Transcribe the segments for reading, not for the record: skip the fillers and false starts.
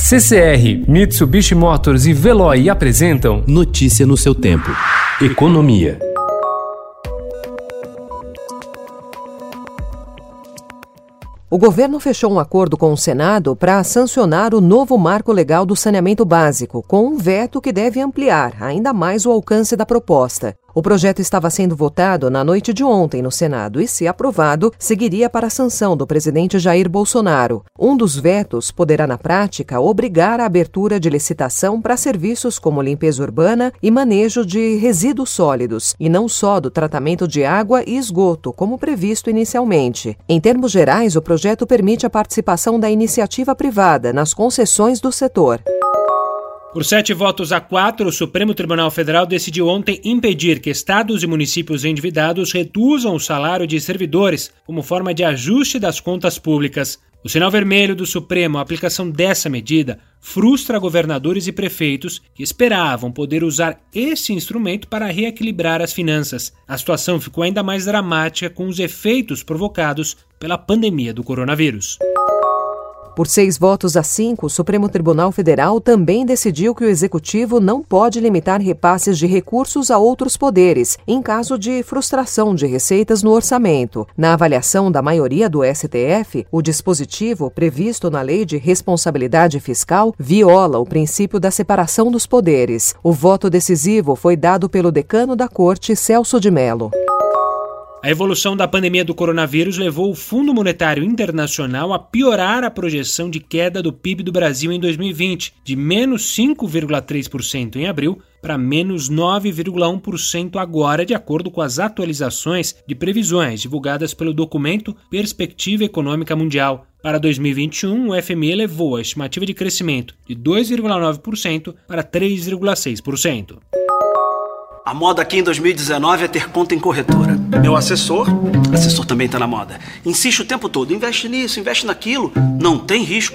CCR, Mitsubishi Motors e Veloy apresentam Notícia no seu tempo. Economia. O governo fechou um acordo com o Senado para sancionar o novo marco legal do saneamento básico, com um veto que deve ampliar ainda mais o alcance da proposta. O projeto estava sendo votado na noite de ontem no Senado e, se aprovado, seguiria para a sanção do presidente Jair Bolsonaro. Um dos vetos poderá, na prática, obrigar a abertura de licitação para serviços como limpeza urbana e manejo de resíduos sólidos, e não só do tratamento de água e esgoto, como previsto inicialmente. Em termos gerais, o projeto permite a participação da iniciativa privada nas concessões do setor. Por 7-4, o Supremo Tribunal Federal decidiu ontem impedir que estados e municípios endividados reduzam o salário de servidores como forma de ajuste das contas públicas. O sinal vermelho do Supremo, a aplicação dessa medida, frustra governadores e prefeitos que esperavam poder usar esse instrumento para reequilibrar as finanças. A situação ficou ainda mais dramática com os efeitos provocados pela pandemia do coronavírus. Por 6-5, o Supremo Tribunal Federal também decidiu que o Executivo não pode limitar repasses de recursos a outros poderes, em caso de frustração de receitas no orçamento. Na avaliação da maioria do STF, o dispositivo previsto na Lei de Responsabilidade Fiscal viola o princípio da separação dos poderes. O voto decisivo foi dado pelo decano da Corte, Celso de Mello. A evolução da pandemia do coronavírus levou o Fundo Monetário Internacional a piorar a projeção de queda do PIB do Brasil em 2020, de menos 5,3% em abril para menos 9,1% agora, de acordo com as atualizações de previsões divulgadas pelo documento Perspectiva Econômica Mundial. Para 2021, o FMI elevou a estimativa de crescimento de 2,9% para 3,6%. A moda aqui em 2019 é ter conta em corretora. Meu assessor também está na moda. Insiste o tempo todo, investe nisso, investe naquilo, não tem risco.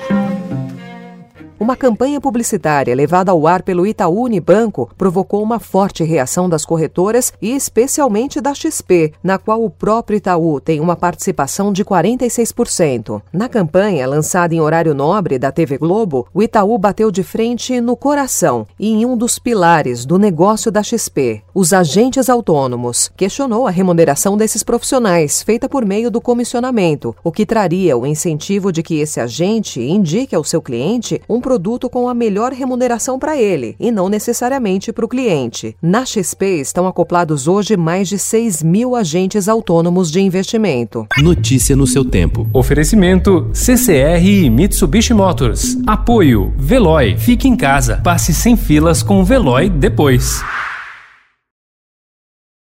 Uma campanha publicitária levada ao ar pelo Itaú Unibanco provocou uma forte reação das corretoras e especialmente da XP, na qual o próprio Itaú tem uma participação de 46%. Na campanha, lançada em horário nobre da TV Globo, o Itaú bateu de frente no coração e em um dos pilares do negócio da XP, os agentes autônomos. Questionou a remuneração desses profissionais, feita por meio do comissionamento, o que traria o incentivo de que esse agente indique ao seu cliente um produto com a melhor remuneração para ele, e não necessariamente para o cliente. Na XP estão acoplados hoje mais de 6.000 agentes autônomos de investimento. Notícia no seu tempo. Oferecimento CCR e Mitsubishi Motors. Apoio Veloy. Fique em casa. Passe sem filas com o Veloy depois.